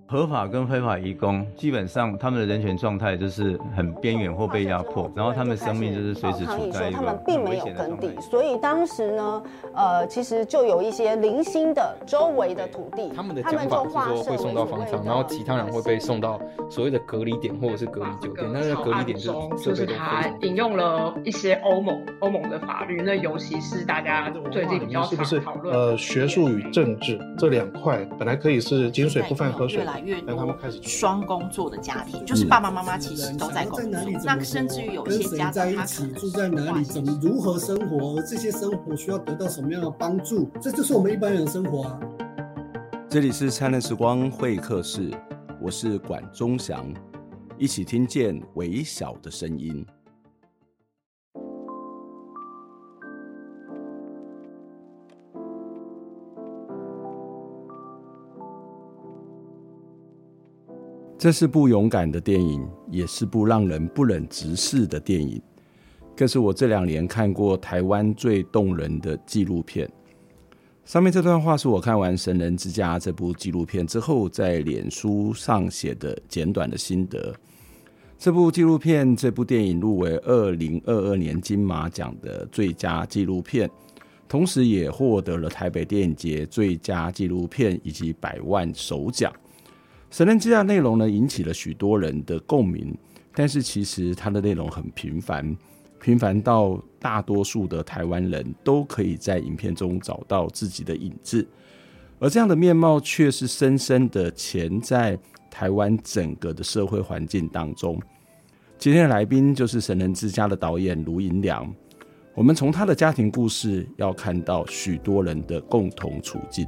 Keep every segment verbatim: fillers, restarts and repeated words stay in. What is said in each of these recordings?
合法跟非法移工，基本上他们的人权状态就是很边缘或被压迫，然后他们生命就是随时处在一个他们并没有耕地，所以当时呢，呃，其实就有一些零星的周围的土地， 他们的讲法是说会送到方舱，然后其他人会被送到所谓的隔离点或者是隔离酒店，但是隔离点就是就是他引用了一些欧盟欧盟的法律，那尤其是大家最近比较常讨论呃学术与政治这两块，本来可以是井水不犯河水， 越多双工作的家庭，就是爸爸妈妈其实都在工作，那甚至于有一些家长他可能住在哪里，怎么如何生活，而这些生活需要得到什么样的帮助，这就是我们一般人的生活啊。 这里是灿烂时光会客室，我是管中祥，一起听见微小的声音。这是部勇敢的电影，也是部让人不忍直视的电影，更是我这两年看过台湾最动人的纪录片。上面这段话是我看完《神人之家》这部纪录片之后在脸书上写的简短的心得。这部纪录片这部电影入围二零二二年金马奖的最佳纪录片，同时也获得了台北电影节最佳纪录片以及百万首奖。神人之家内容呢引起了许多人的共鸣，但是其实它的内容很平凡，平凡到大多数的台湾人都可以在影片中找到自己的影子，而这样的面貌却是深深的潜在台湾整个的社会环境当中。今天的来宾就是神人之家的导演卢银良，我们从他的家庭故事要看到许多人的共同处境。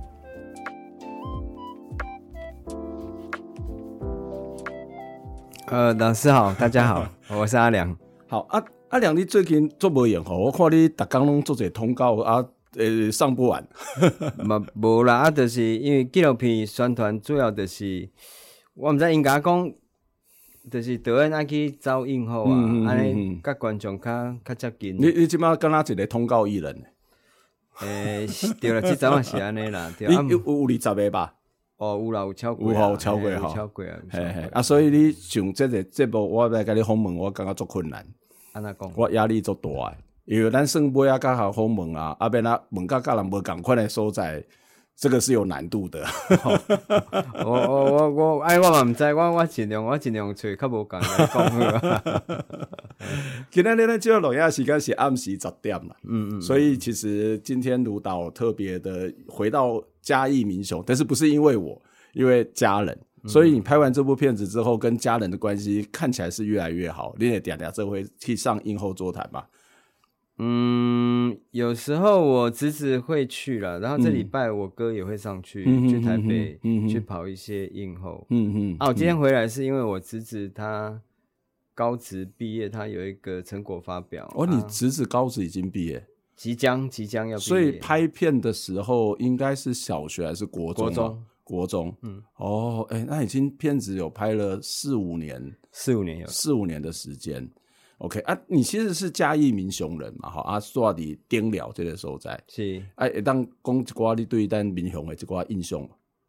呃，老师好，大家好，我是阿良。 好啊，阿良，你最近做无闲吼？我看你逐工拢做者通告啊，呃，上不完。 嘛无啦，啊，就是因为纪录片宣传主要就是我毋知应该讲，就是导演爱去找映后啊，安尼甲观众较较接近。 你你即摆敢若一个通告艺人？ 诶、欸，对啦，即阵也是安尼啦。 你有有二十个吧？ 哦，有啦，有超过， 有超过哈， 超过啊， 嘿嘿啊，所以你上这个节目，我来甲你访问，我感觉足困难。 安怎讲？ 我压力足大的，因为咱算尾啊，甲下访问啊，啊变啊问甲甲人无共款的所在，这个是有难度的。 我我我我，哎，我嘛唔知，我我尽量我尽量找较无共来讲。 今天呢，这个录影时间是暗时十点了， 嗯嗯， 所以其实今天卢导特别的回到嘉义民雄，但是不是因为我，因为家人。所以你拍完这部片子之后，跟家人的关系看起来是越来越好。你也点点这回去上映后座谈吧。 嗯，有时候我侄子会去了，然后这礼拜我哥也会上去、嗯、去台北、嗯、去跑一些映后。嗯嗯。啊，我今天回来是因为我侄子他高职毕业，他有一个成果发表。 哦，你侄子高职已经毕业？ 即将即将要毕业。 所以拍片的时候应该是小学还是国中？国中。国中，嗯，哦，哎、欸，那已经片子有拍了四五年， 四五年有四五年的时间。OK 啊，你其实是嘉义民雄人嘛，哈啊，住伫顶寮这个所在， 是， 哎、啊，会当讲一寡你对咱民雄的一寡印象嘛？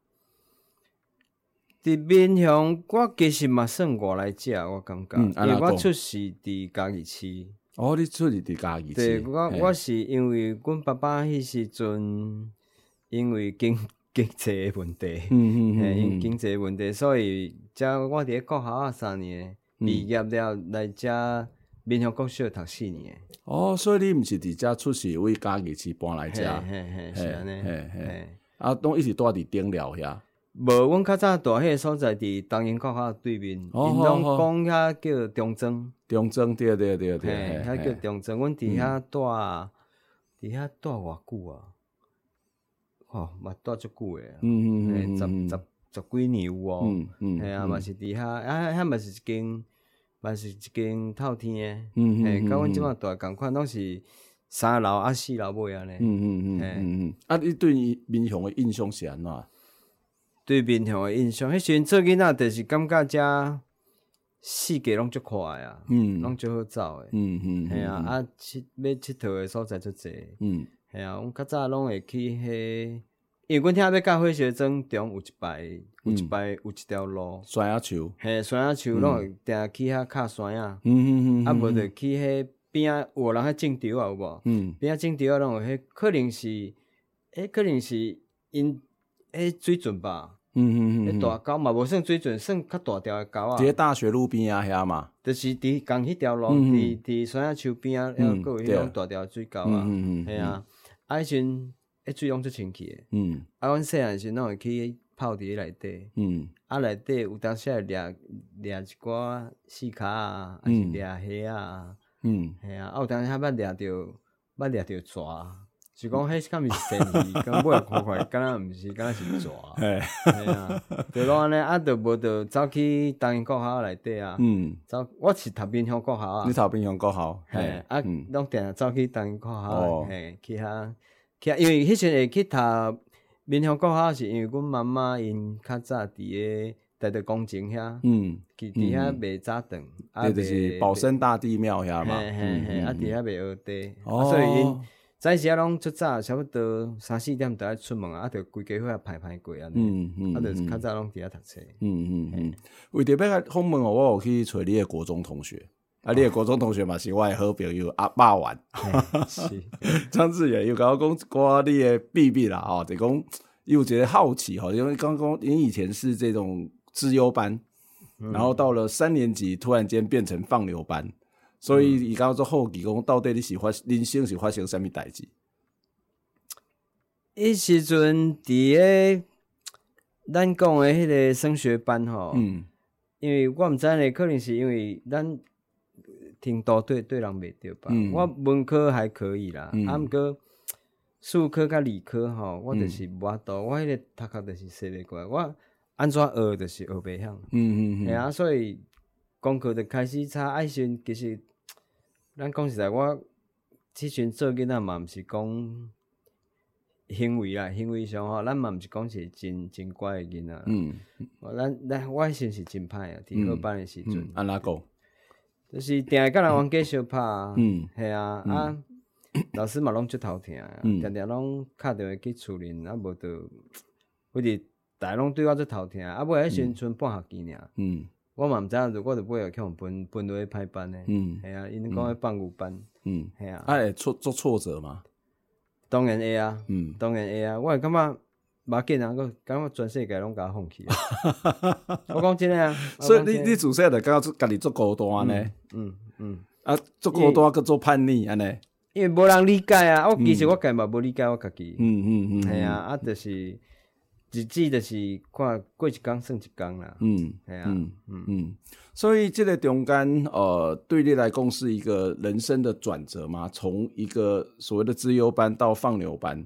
伫民雄，我其实嘛算外来者，我感觉，嗯、因为我出世伫嘉义市。 哦，你出世伫嘉义市？ 对，我我是因为阮爸爸迄时阵，因为经经济的问题，嗯嗯嗯，经济的问题，所以才我伫咧国校啊三年毕业了，来遮民雄国小读四年。 哦，所以你毋是伫遮出世，为嘉义市搬来遮？ 嘿嘿，是安尼。嘿嘿， 啊，拢一直住伫顶寮遐。 无，阮较早住迄个所在伫东营国校对面，因拢讲遐叫中正。 中正，对对对对。 嘿，遐叫中正，阮伫遐住，伫遐住偌久啊？哦，嘛住足久诶，嗯嗯嗯，十十十几年有哦，嗯嗯，系啊，嘛是伫遐，啊遐嘛是一间，嘛是一间透天诶，嗯嗯，嘿，甲阮即马住共款，拢是三楼啊四楼尾安尼，嗯嗯嗯嗯嗯， 啊，你对民雄诶印象是安怎？ 对民雄诶印象，迄时阵做囡仔，就是感觉遮四界拢足快啊，嗯，拢足好走诶，嗯嗯，系啊，啊佚要佚佗诶所在足济，嗯。系啊，阮较早拢会去迄因为阮听要到火烧庄中有一排，有一排有一条路， 山仔树， 嘿，山仔树拢会定去遐卡山仔， 嗯嗯嗯， 啊无就去迄边仔有人遐种稻啊有无？嗯，边仔种稻啊拢有迄，可能是，诶，可能是因迄水圳吧。嗯嗯嗯，迄大沟嘛无算水圳，算较大条诶沟啊。 伫大学路边啊遐嘛， 就是伫共迄条路，伫伫山仔树边啊，还佫有迄种大条水沟啊，系啊。啊，迄阵迄水拢足清气诶。嗯。啊，阮细汉时拢会去泡伫迄内底。嗯。啊，内底有当时会掠掠一寡四脚啊，还是掠虾啊。嗯。系啊，啊有当时捌掠着，捌掠着蛇。是讲迄敢毋是生鱼，敢尾看看，敢若毋是，敢若是蛇。嘿，嘿啊，就讲安尼，啊，就无就走去东英国校内底啊。嗯。走，我是读滨乡国校啊。 你读滨乡国校？ 嘿，啊，拢定定走去东英国校，嘿，去遐，去遐，因为迄阵会去读滨乡国校，是因为阮妈妈因较早伫个台德工程遐，嗯，伫伫遐卖早顿， 啊，就是保生大帝庙遐嘛。 嘿嘿嘿，啊，伫遐卖蚵底，所以因。早时啊，拢足早，差不多三四点就爱出门啊，啊，着规家伙排排过安尼，嗯嗯，啊，着较早拢伫遐读册，嗯嗯嗯。 为着要甲访问哦，我有去找你的国中同学，啊，你的国中同学嘛是我的好朋友阿霸丸，是张志远又甲我讲我你的秘密啦，哦，就讲又觉得好奇哈，因为刚刚你以前是这种资优班，然后到了三年级突然间变成放牛班。所以伊讲做好奇，讲到底你是发人生是发生啥物代志？ 迄时阵伫个咱讲的迄个升学班吼，嗯，因为我毋知呢，可能是因为咱听多对对人袂着吧。嗯、我文科还可以啦，嗯、啊，毋过数科甲理科吼，我就是无法度，我迄个头壳就是说袂过来，我安怎学就是学袂晓。嗯嗯嗯，嘿啊，所以功课就开始差。啊，迄阵其实。咱讲实在，我之前做囡仔嘛，毋是讲行为啦，行为上吼，咱嘛毋是讲是真真乖诶囡仔。嗯，咱咱我迄阵是真歹啊，伫课班诶时阵。 安怎讲？ 就是定会甲人冤家相拍啊。嗯，系啊，啊，老师嘛拢足头疼啊，定定拢敲电话去厝里，啊无就，或者逐个拢对我足头疼，啊尾迄时阵半学期尔。嗯。我嘛毋知影，我就尾要去互分分落去歹班呢。嗯，系啊，因讲迄放牛班。嗯，系啊。 啊，会挫做挫折吗？ 当然会啊。嗯，当然会啊。我会感觉无要紧啊，我感觉全世界拢甲我放弃啊。我讲真诶啊。 所以你你自细就感觉家己做孤单呢？嗯嗯。啊，做孤单佮做叛逆安尼？ 因为无人理解啊。我其实我家嘛无理解我家己。嗯嗯嗯。系啊，啊，就是。日子就是看过一天算一天啦，嗯，系啊，嗯嗯嗯，所以这个中间，呃，对你来讲是一个人生的转折吗？从一个所谓的资优班到放牛班，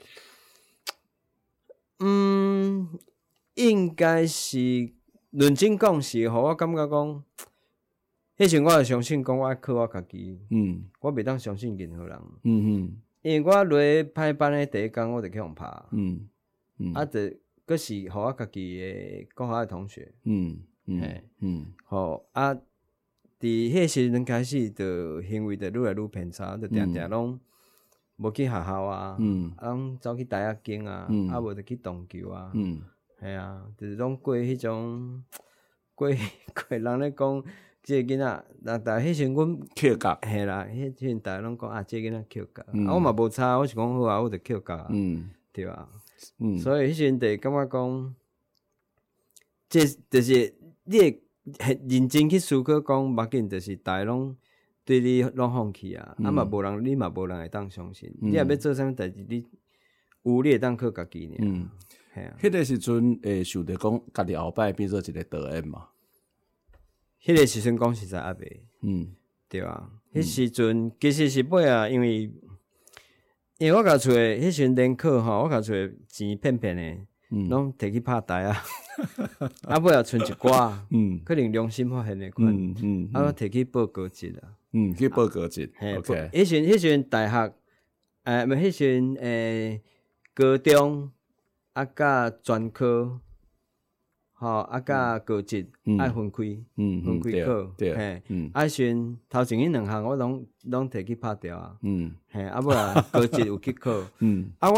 嗯，应该是认真讲是，互我感觉讲，迄时我会相信讲我爱靠我家己，嗯，我袂当相信任何人，嗯嗯，因为我落歹班的第一天，我就去互拍，嗯。嗯、啊，就佫是互我家己诶国校诶同学，嗯嗯嗯，吼啊，伫迄时阵开始，就行为就愈来愈偏差，就定定拢无去学校啊，嗯，啊，拢走去大学经啊，嗯、啊，无就去撞球啊，嗯，系啊，就是拢过迄种过过人咧讲，即个囡仔，但但迄时阮扣角， 系啦，迄阵大家拢讲啊，即个囡仔扣角，嗯、啊，我嘛无差，我是讲好啊，我就扣角啊，嗯，对啊。嗯，所以迄阵就感觉讲，这就是你会很认真去思考讲，目镜就是大家拢对你拢放弃啊，嗯、啊嘛无人，你嘛无人会当相信。嗯、你若要做啥物代志，你有你会当靠家己呢。嗯，系啊。 迄个时阵会想着讲，家己后摆变做一个导演嘛。 迄个时阵讲实在还袂，嗯，对啊。迄、嗯、时阵其实是尾啊，因为。因为我甲厝诶，迄时联考吼，我甲厝诶钱骗骗诶，拢摕去拍台啊，啊尾也剩一寡，嗯，可能良心发现诶款，嗯嗯，啊我摕去报高职啊， 嗯，去报高职 ，OK。 迄时迄时大学，诶，毋迄时诶高中啊甲专科，吼啊甲高职爱分开，嗯，分开考， 对， 嘿，啊时头前迄两项我拢拢摕去拍掉啊，嗯。嘿，啊尾啊，高职有去考，嗯，啊我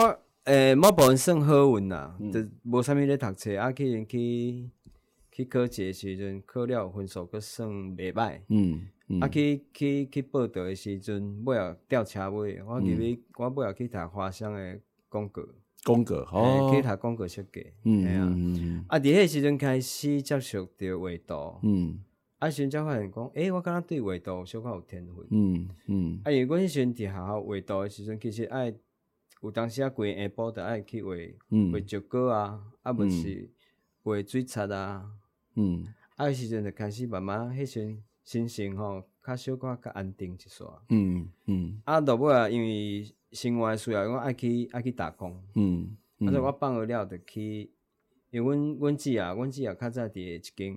诶，某部分算好运啦，就无啥物咧读册，啊去去去考试的时阵，考了分数阁算袂歹。嗯。啊，去去去报道的时阵，尾后吊车尾，我入去，我尾后去读华商的广告。 广告，哦， 去读广告设计。嗯嗯啊，啊，伫迄时阵开始接触到画图。嗯。啊，时阵才发现讲，诶、欸，我敢若对画图小可有天分。嗯嗯。啊，因为阮迄时阵伫学校画图的时阵，其实爱有当时啊，规下晡就爱去画画石膏啊，啊，无是画水擦啊。嗯。啊，迄时阵就开始慢慢，迄时阵。心情吼，较小可较安定一撮。嗯嗯。啊，落尾啊，因为生活需要，我爱去爱去打工。嗯。啊，所以我放学了就去，因为阮阮姊啊，阮姊啊较早伫一间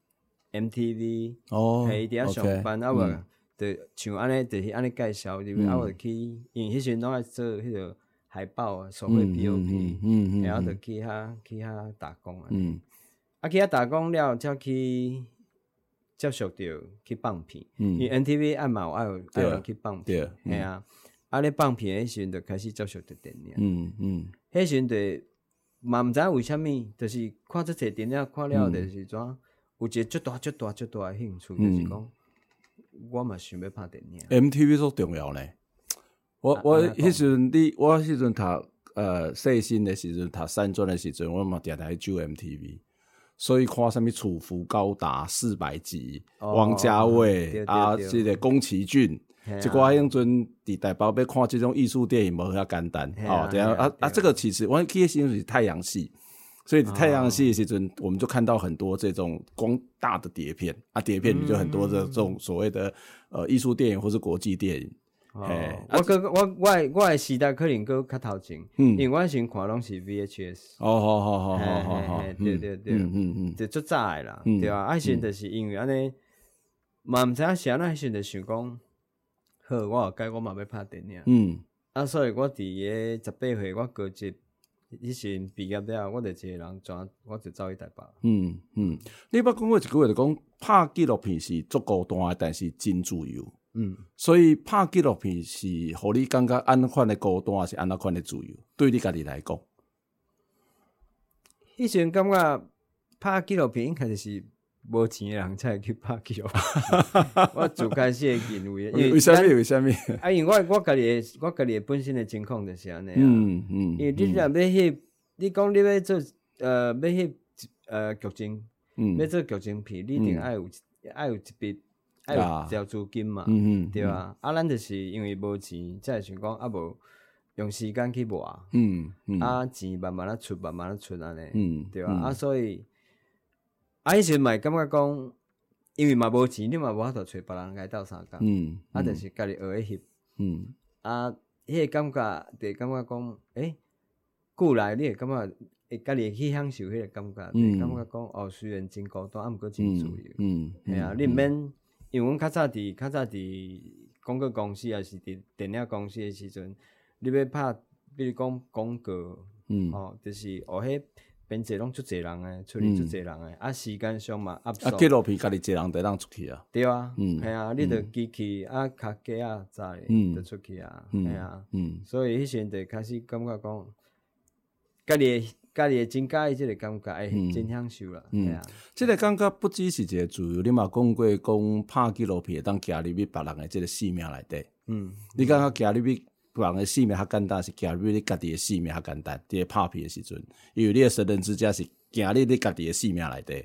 M T V， 哦，嘿，伫遐上班，啊无，就像安尼，就是安尼介绍，入啊，我就去，因为迄时拢爱做迄个海报啊，手绘 P O P， 嗯嗯，然后就去遐去遐打工啊。嗯。啊，去遐打工了，才去。接触到去放片，因为 N T V 爱嘛有爱有爱人去放片，系啊，啊咧放片迄时阵就开始接触到电影，嗯嗯，迄时阵就嘛毋知为虾米，就是看这侪电影看了就是怎，有一个足大足大足大的兴趣，就是讲我嘛想要拍电影。 M T V 足重要呢，我我迄时阵你我迄时阵读呃细新的时阵，读三专的时阵，我嘛定定去追 M T V。所以看什么楚服高达四百集，哦、王家卫啊，这个宫崎骏，即个迄阵伫台北要看这种艺术电影无遐简单哦。对啊啊啊！这个其实我去的时阵是太阳系，所以太阳系的时阵，我们就看到很多这种光大的碟片啊，碟片里就很多的这种所谓的呃艺术电影或是国际电影。 哦，我个我我我的时代可能搁较头前，因为我先看拢是 V H S。 哦，好好好好好好， 对对对，嗯嗯嗯，就足早诶啦，对啊，啊，时就是因为安尼，嘛毋知影是安怎，时就想讲，好，我后盖我嘛要拍电影，嗯，啊，所以我伫个十八岁，我高一迄时毕业了，我就一个人转，我就走去台北。嗯嗯，你捌讲过一句话，就讲拍纪录片是足孤单诶，但是真自由。嗯，所以拍纪录片是，互你感觉安款的孤单，是安那款的自由？对你家己来讲， 迄时阵感觉拍纪录片应该就是无钱的人才会去拍纪录片。我自开始会认为， 为什么？为什么？ 啊，因为我我家己的我家己本身的情况就是安尼啊。嗯嗯。因为你若要翕，你讲你要做呃要翕呃剧情，嗯，要做剧情片，你一定爱有爱有一笔。爱有交租金嘛，嗯嗯对吧？啊，咱就是因为无钱，才会想讲啊，无用时间去磨，嗯嗯，啊，钱慢慢啊出，慢慢啊出安尼，嗯，对吧？啊，所以啊，迄时嘛感觉讲，因为嘛无钱，你嘛无法度找别人来斗相共，嗯，啊，就是家己学去翕，嗯，啊，迄个感觉，就感觉讲，诶，久来你会感觉会家己去享受迄个感觉，嗯，感觉讲哦，虽然真孤单，啊，毋过真自由，嗯，系啊，你毋免。因为阮较早伫较早伫广告公司，还是伫电影公司的时阵，你要拍，比如讲广告，嗯，哦，就是哦，迄编辑拢足侪人诶，处理足侪人诶，啊，时间上嘛压缩。 啊，纪录片家己一人得当出去啊。 对啊，嗯，系啊，你着机器啊，卡机啊，早咧，着出去啊，系啊，嗯，所以迄时阵就开始感觉讲，家己。家己会真介意即个感觉，会真享受啦。嗯，啊， 即个感觉不只是一个自由，你嘛讲过讲拍纪录片会当行入去别人的即个生命内底。嗯，你感觉行入去别人的生命较简单，是行入去你家己的生命较简单？伫拍片的时阵，因为你的神人之家是行入你家己的生命内底。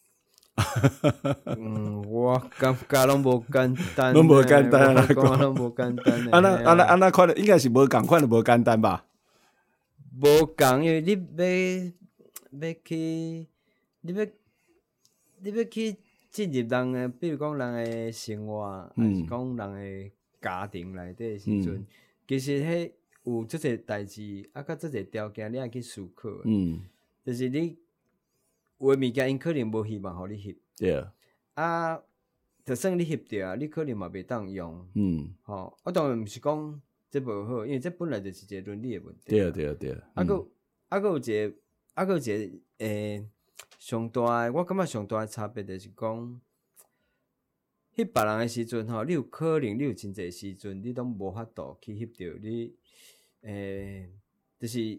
嗯，我感觉拢无简单， 拢无简单啦， 讲拢无简单。 安那安那安那款，应该是无共款的，无简单吧？ 无共，因为你要要去，你要你要去进入人诶，比如讲人诶生活，还是讲人诶家庭内底诶时阵，嗯、其实迄有即个代志，啊，甲即个条件，你爱去思考。嗯，就是你有诶物件，因可能无希望互你翕。 对啊。 啊，就算你翕着，你可能嘛袂当用。嗯。吼、哦，我当然毋是讲。这无好，因为这本来就是一个伦理的问题。 对啊，对啊，对啊。 啊个啊个有一个啊个有一个诶，上大的，我感觉上大的差别就是讲，翕别人的时阵吼，你有可能你有真侪时阵，你都无法度去翕到你诶，就是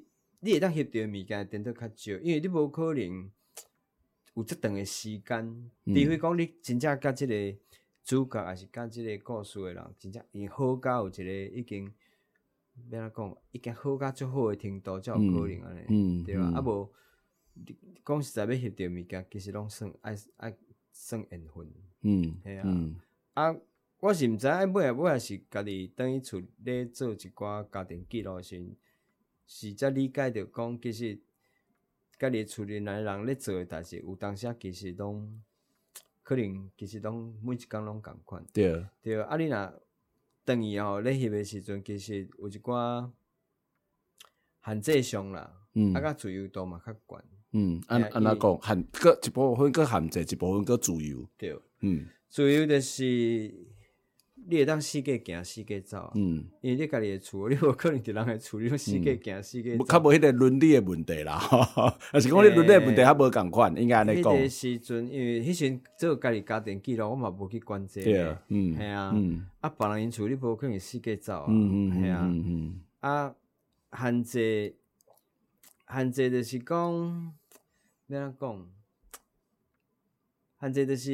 你会当翕到物件变得较少，因为你无可能有这长的时间，除非讲你真正甲即个主角，还是甲即个故事的人，真正伊好到有一个已经，要安怎讲，已经好到足好的程度，才有可能安尼，嗯、对吧？嗯、啊无，讲实在要翕到物件，其实拢算爱爱算缘分，嗯，系啊，嗯、啊，我是毋知影尾啊尾啊是家己等于厝咧做一寡家庭记录时，是才理解着讲，其实家己厝里内人咧做诶代志，有当时其实拢可能其实拢每一工拢共款， 对对，啊你若等于吼咧翕诶时阵，其实有一寡限制上啦，嗯、啊，甲自由度嘛较悬。 嗯，安安怎讲，限个一部分个限制，一部分个自由。 对， 嗯， 自由就是你会当四界行，四界走。嗯，因为你家己的厝，你无可能伫人的厝，你拢四界行，四界走。 较无迄个伦理的问题啦，还是讲你伦理的问题较无共款，应该安尼讲。 迄个时阵，因为迄时做家己家庭记录，我嘛无去管这个。 对，嗯， 系啊，嗯，啊，别人因厝你无可能四界走啊， 嗯嗯，系啊，嗯嗯，啊，限制，限制就是讲。要安怎讲？限制就是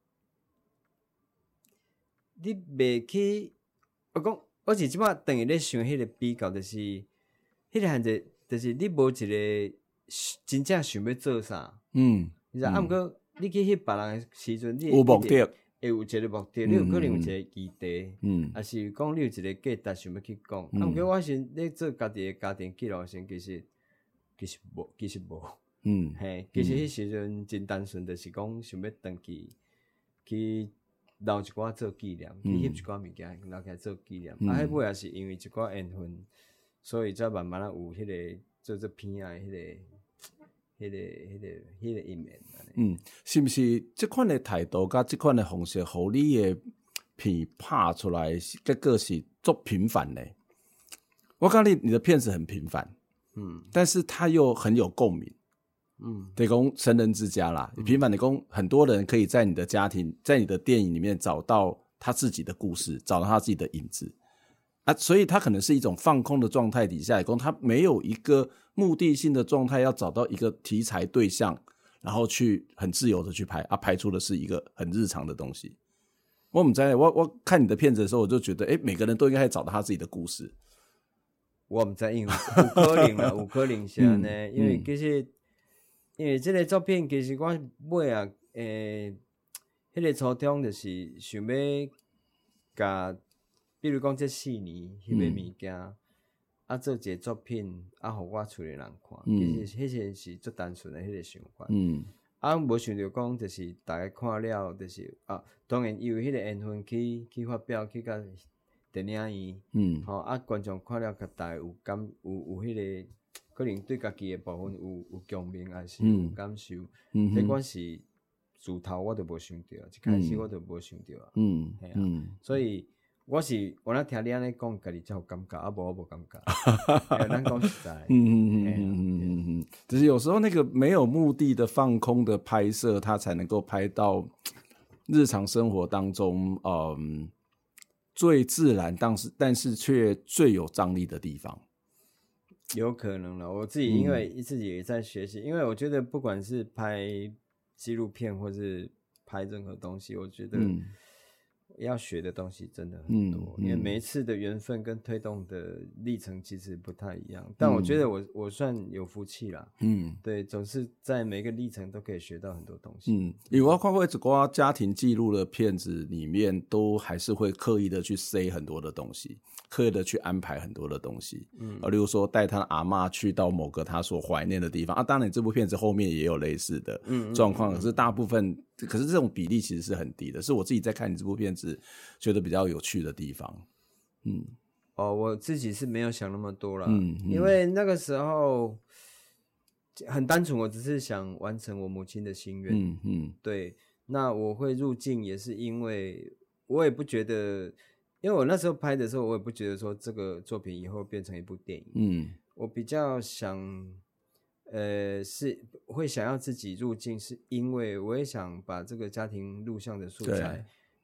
你袂去，我讲我是即摆等于咧想迄个比较，就是迄个限制，就是你无一个真正想要做啥，嗯，你知？啊，毋过你去翕别人的时阵，你有目的， 会有一个目的，你有可能有一个议题，嗯，还是讲你有一个价值想要去讲。啊，毋过我是咧做家己的家庭记录时，其实其实无，其实无。嗯，嘿，其实迄时阵真单纯，就是讲想要登去去留一寡做纪念，去翕一寡物件，留起来做纪念。啊，迄尾也是因为一寡缘分，所以才慢慢啊有迄个做做片啊，迄个、迄个、迄个、迄个一面。 嗯，是毋是即款的态度甲即款的方式，互你的片拍出来，结果是足平凡的？我讲你你的片子很平凡，嗯，但是它又很有共鸣。嗯，得讲神人之家啦，嗯、平凡的讲，很多人可以在你的家庭，在你的电影里面找到他自己的故事，找到他自己的影子啊，所以他可能是一种放空的状态底下，讲他没有一个目的性的状态，要找到一个题材对象，然后去很自由的去拍啊，拍出的是一个很日常的东西。我不知道，我我看你的片子的时候，我就觉得，哎，每个人都应该找到他自己的故事。 我不知道，因为有可能啦，有可能是安尼，嗯、因为其实。因为这个作品其实我尾啊，诶，迄、那个初衷就是想要甲，比如讲这四年翕个物件，嗯、啊做一个作品，啊，互我厝里人看，嗯、其实迄些是足单纯的迄个想法。嗯，啊，无想着讲就是大家看了，就是啊，当然因为迄个缘分去去发表去甲电影院，嗯，吼、哦、啊，观众看了甲大家有感有有迄、那个。可能对家己的部分有有共鸣，还是有感受。嗯，这款是自头我都无想到，一开始我都无想到啊。嗯，系啊。嗯，所以我是我那听你安尼讲，家己才有感觉，啊无我无感觉。咱讲实在。 嗯嗯嗯嗯嗯嗯，只是有时候那个没有目的的放空的拍摄，它才能够拍到日常生活当中，嗯，最自然，但是但是却最有张力的地方。 有可能了，我自己因为自己也在学习，嗯、因为我觉得不管是拍纪录片或是拍任何东西，我觉得要学的东西真的很多，嗯、因为每一次的缘分跟推动的历程其实不太一样。但我觉得我我算有福气啦，嗯，对，总是在每个历程都可以学到很多东西。 嗯，因为我看过一寡家庭记录的片子里面，都还是会刻意的去塞很多的东西。刻意的去安排很多的东西，嗯，例如说带他的阿嬷去到某个他所怀念的地方啊，当然这部片子后面也有类似的状况，嗯嗯嗯嗯，可是大部分，可是这种比例其实是很低的，是我自己在看你这部片子觉得比较有趣的地方，嗯， 哦，我自己是没有想那么多啦，嗯，嗯，因为那个时候很单纯，我只是想完成我母亲的心愿，嗯嗯，对，那我会入境也是因为我也不觉得。因为我那时候拍的时候，我也不觉得说这个作品以后变成一部电影。嗯，我比较想，呃，是会想要自己入境，是因为我也想把这个家庭录像的素材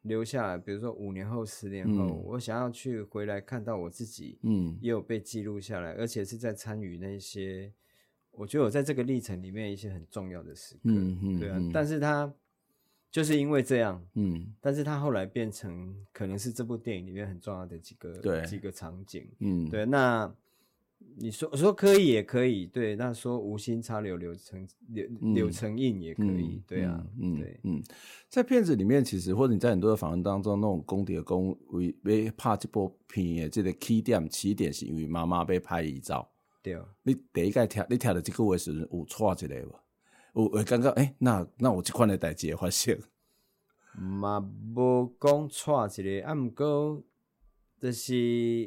留下来，比如说五年后、十年后，嗯、我想要去回来看到我自己，嗯，也有被记录下来，而且是在参与那些，我觉得我在这个历程里面一些很重要的时刻，嗯嗯，对啊，嗯、但是他就是因为这样，嗯，但是他后来变成可能是这部电影里面很重要的几个几个场景，嗯，对，那。你说说可以也可以，对，那说无心插柳柳成柳柳成荫也可以，嗯、对啊，嗯，对， 嗯，在片子里面，其实或者你在很多的访问当中，那种讲到讲为要拍这部片的这个起点起点是因为妈妈要拍遗照， 对， 你第一个听你听到这句话时，有错一个无？有会感觉诶，那那有这款的代志会发生？ 嘛无讲错一个，啊，不过就是。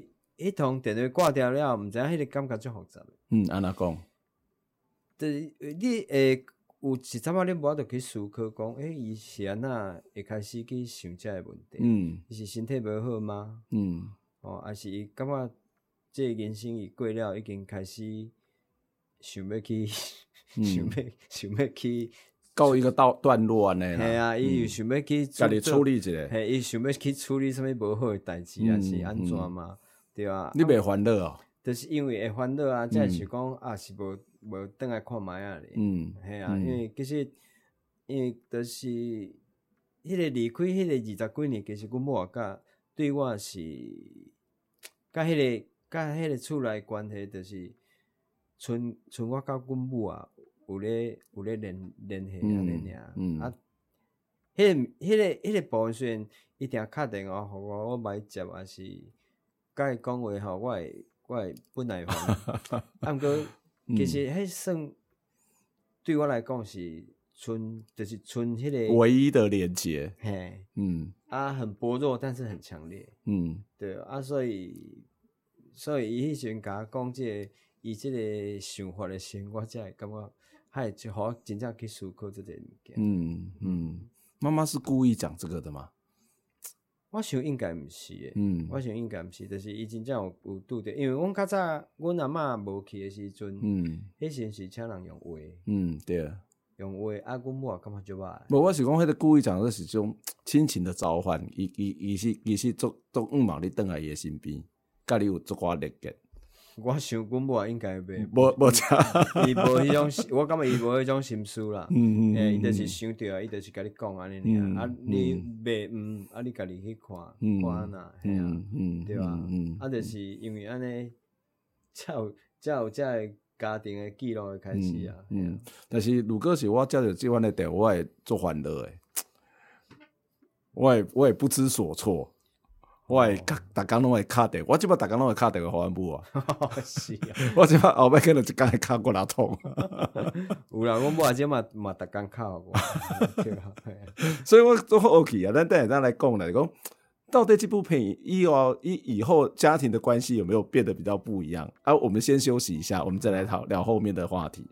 迄通电话挂掉了，毋知影迄个感觉足复杂。 嗯，安怎讲？ 就是你会有一阵仔你无就去思考讲，诶、欸，伊是安那会开始去想这个问题？嗯，伊是身体无好吗？嗯，哦，还是伊感觉这个人生伊过了，已經開始想要去，嗯、想要想要去告一個段落安尼啦。 係啊，伊又想要去家己處理一下。 係，伊想要去處理什麼無好的代志，還、嗯、是安怎嘛？嗯對啊， 你袂煩惱哦？ 就是因為會煩惱啊，才是講、嗯、啊是無無轉來看覓啊咧。嗯，係啊，嗯、因為其實因為就是迄個離開迄個二十幾年，其實阮某甲對我是甲迄、那個甲迄個厝內關係，就是剩剩我甲阮某啊有咧有咧聯聯繫安尼爾。嗯，啊，迄、那個迄、那個迄、那個部分雖然一定敲電話互我，我歹接還是。甲伊講話吼，我會我會不耐煩。啊，毋過其實迄算對我來講是存，就是存迄個唯一的連結。 嘿，嗯，啊，很薄弱，但是很強烈。嗯，對啊，所以所以伊迄時陣甲我講即個伊即個想法的時候，我才會感覺，還就互我真正去思考這個物件。嗯嗯，媽媽是故意講這個的嗎？ 我想應該毋是誒，嗯，我想應該毋是，就是伊真正有有拄着，因為阮較早阮阿嬷無去誒時陣，嗯，迄時是請人用話， 嗯，對啊， 用話啊，阮某也感覺足歹。 無，我是講迄個故意講的是種親情的召喚，伊伊伊是伊是足足毋望你轉來伊誒身邊，甲你有足寡連結。 我想阮某應該袂， 無無差， 伊無迄種，我感覺伊無迄種心思啦。嗯嗯，誒，伊就是想着啊，伊就是甲你講安尼爾，啊，你袂嗯，啊，你家己去看看安那，係啊，對吧？啊，就是因為安尼，才有才有這個家庭的記錄的開始啊。 嗯，但是如果是我接到這款的電話，我會做煩惱誒，我會我會不知所措。我會逐工攏會敲電話，我即擺逐工攏會敲電話互阮母啊。 是啊， 我即擺後尾可能一工會敲過來通。 有啦，阮母阿姐嘛嘛逐工敲我。 所以我都好奇啊，咱等下咱來講來講，到底這部片以後以以後家庭的關係有沒有變得比較不一樣？啊，我們先休息一下，我們再來討聊後面的話題。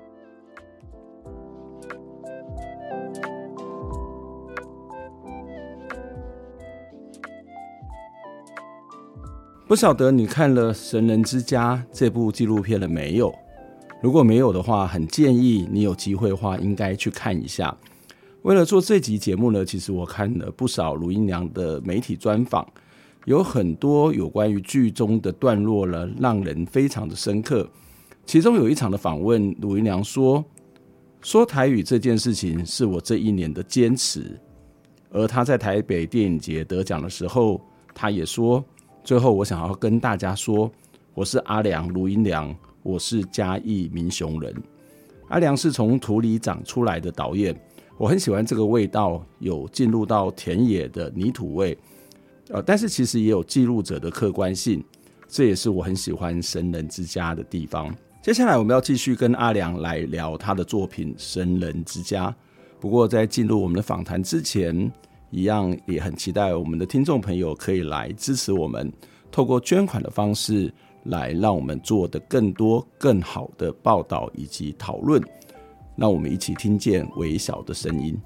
不曉得你看了《神人之家》這部紀錄片了沒有？如果沒有的話，很建議你有機會的話應該去看一下。為了做這集節目呢，其實我看了不少盧英良的媒體專訪，有很多有關於劇中的段落呢，讓人非常的深刻。其中有一場的訪問，盧英良說，說台語這件事情是我這一年的堅持。而他在台北電影節得獎的時候，他也說，最後我想要跟大家說，我是阿良盧英良，我是嘉義民雄人。阿良是從土裡長出來的導演，我很喜歡這個味道，有進入到田野的泥土味，呃，但是其實也有記錄者的客觀性，這也是我很喜歡神人之家的地方。接下來我們要繼續跟阿良來聊他的作品《神人之家》，不過在進入我們的訪談之前，一樣也很期待我們的聽眾朋友可以來支持我們，透過捐款的方式來讓我們做得更多更好的報道以及討論，讓我們一起聽見微小的聲音。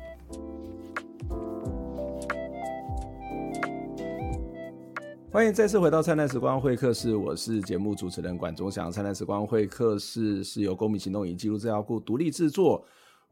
歡迎再次回到燦爛時光會客室，我是節目主持人管中祥。燦爛時光會客室是由公民行動影紀錄資料庫獨立製作，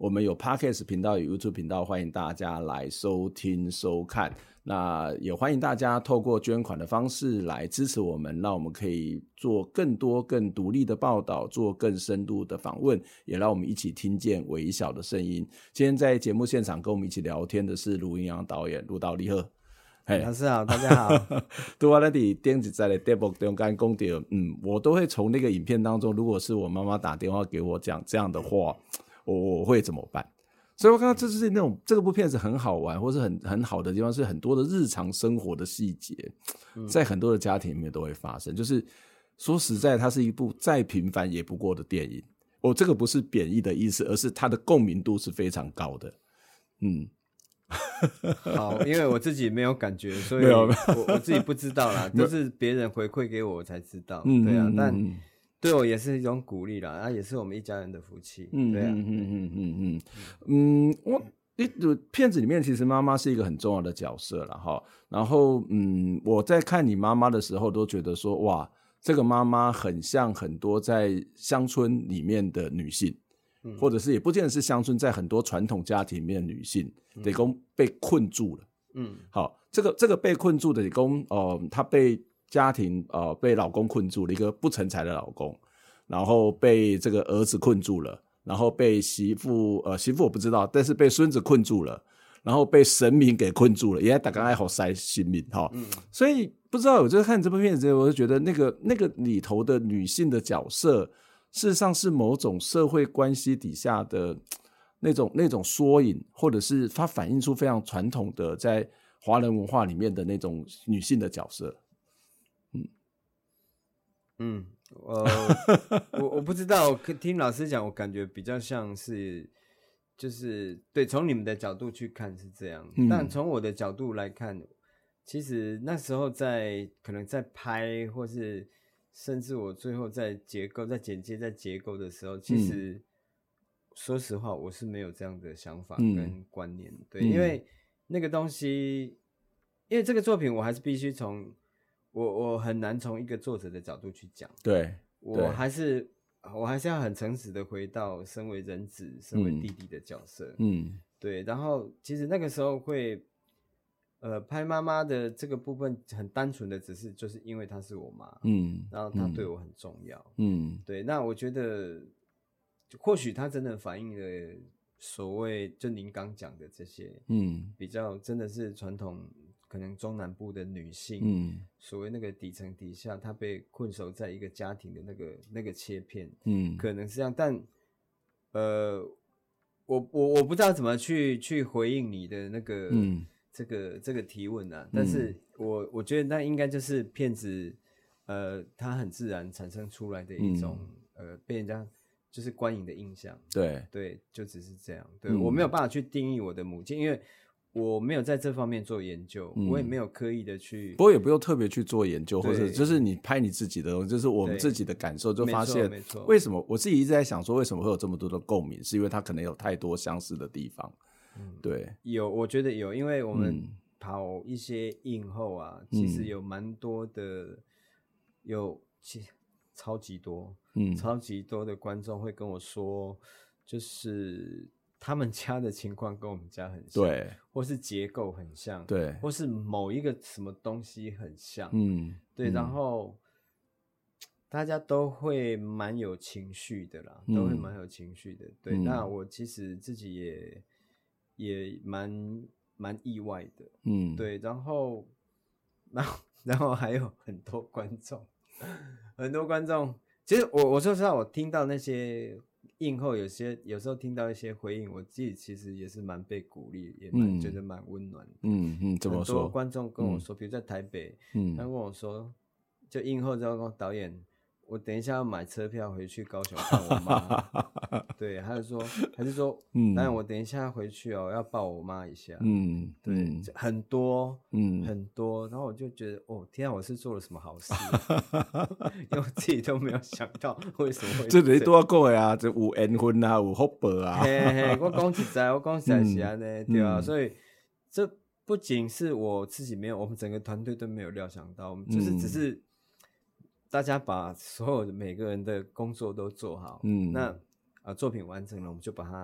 我们有 Podcast 频道，有 YouTube 频道，欢迎大家来收听收看。那也欢迎大家透过捐款的方式来支持我们，让我们可以做更多更独立的报道，做更深度的访问，也让我们一起听见微小的声音。今天在节目现场跟我们一起聊天的是卢营养导演，卢导你好。 老师好，大家好。 对我在顶一在的节目中间讲到，嗯，我都会从那个影片当中，如果是我妈妈打电话给我讲这样的话，我我会怎么办？所以我看到这就是那种这个部片子很好玩，或是很很好的地方，是很多的日常生活的细节，在很多的家庭里面都会发生。就是说实在，它是一部再平凡也不过的电影。我、哦、这个不是贬义的意思，而是它的共鸣度是非常高的。嗯。 好，因为我自己没有感觉，所以我我自己不知道啦，都是别人回馈给我我才知道。嗯，对啊，但对我也是一种鼓励啦，啊，也是我们一家人的福气。嗯，对啊，嗯嗯嗯嗯嗯嗯，我片子里面其实妈妈是一个很重要的角色啦齁，然后嗯，我在看你妈妈的时候都觉得说，哇，这个妈妈很像很多在乡村里面的女性。嗯、或者是也不见得是乡村，在很多传统家庭里面的女性，得讲被困住了。嗯，好，这个这个被困住的，得讲呃，她被家庭呃被老公困住了，一个不成才的老公，然后被这个儿子困住了，然后被媳妇呃媳妇我不知道，但是被孙子困住了，然后被神明给困住了，也大家爱好塞神明哈。嗯，所以不知道我就看这部片子，我就觉得那个那个里头的女性的角色。事实上是某种社会关系底下的那种那种缩影，或者是它反映出非常传统的在华人文化里面的那种女性的角色。嗯嗯，呃，我我不知道，听老师讲，我感觉比较像是，就是对，从你们的角度去看是这样，嗯、但从我的角度来看，其实那时候在可能在拍或是。甚至我最后在结构、在剪接、在结构的时候，其实、嗯、说实话，我是没有这样的想法跟观念。嗯、对，因为那个东西，因为这个作品，我还是必须从我我很难从一个作者的角度去讲。 对， 我还是我还是要很诚实的回到身为人子、身为弟弟的角色。嗯，对。然后其实那个时候会。呃，拍妈妈的这个部分很单纯的，只是就是因为她是我妈，嗯，然后她对我很重要，嗯，对。那我觉得，或许她真的反映了所谓就您刚讲的这些，嗯，比较真的是传统可能中南部的女性，嗯，所谓那个底层底下，她被困守在一个家庭的那个那个切片，嗯，可能是这样，但呃，我我我不知道怎么去去回应你的那个，嗯。这个这个提问啊，但是我、嗯、我觉得那应该就是片子，呃，它很自然产生出来的一种、嗯、呃被人家就是观影的印象。 对对，就只是这样。对、嗯、我没有办法去定义我的母亲，因为我没有在这方面做研究，嗯、我也没有刻意的去。 不过也不用特别去做研究，或者就是你拍你自己的东西，就是我们自己的感受，就发现为什么我自己一直在想说，为什么会有这么多的共鸣，是因为它可能有太多相似的地方。嗯、对， 有，我觉得有，因为我们跑一些映后啊，嗯、其实有蛮多的，有其超级多，嗯，超级多的观众会跟我说，就是他们家的情况跟我们家很像， 对， 或是结构很像， 对， 或是某一个什么东西很像，嗯，对，然后大家都会蛮有情绪的啦，嗯、都会蛮有情绪的，对，嗯、那我其实自己也。也蛮蛮意外的，嗯，对，然后，然后，然后还有很多观众，很多观众，其实我我说实话，我听到那些映后，有些有时候听到一些回应，我自己其实也是蛮被鼓励，也蛮、嗯、觉得蛮温暖的， 嗯嗯，怎么说？ 很多观众跟我说，嗯、比如在台北，嗯，他跟我说，就映后之后跟导演。我等一下要买车票回去高雄看我妈，对，还是说，还是说，嗯，当然我等一下回去哦，要抱我妈一下，嗯，对，嗯、很多，嗯，很多，然后我就觉得，哦，天啊，我是做了什么好事、啊，因为我自己都没有想到为什么会这。 这你多讲的啊，就有缘分啊，有福报啊， 嘿嘿，我讲实在，我讲实在是安尼，嗯、对啊，所以这不仅是我自己没有，我们整个团队都没有料想到，我们就是只是。嗯大家把所有的每个人的工作都做好，嗯，那啊、呃、作品完成了，我们就把它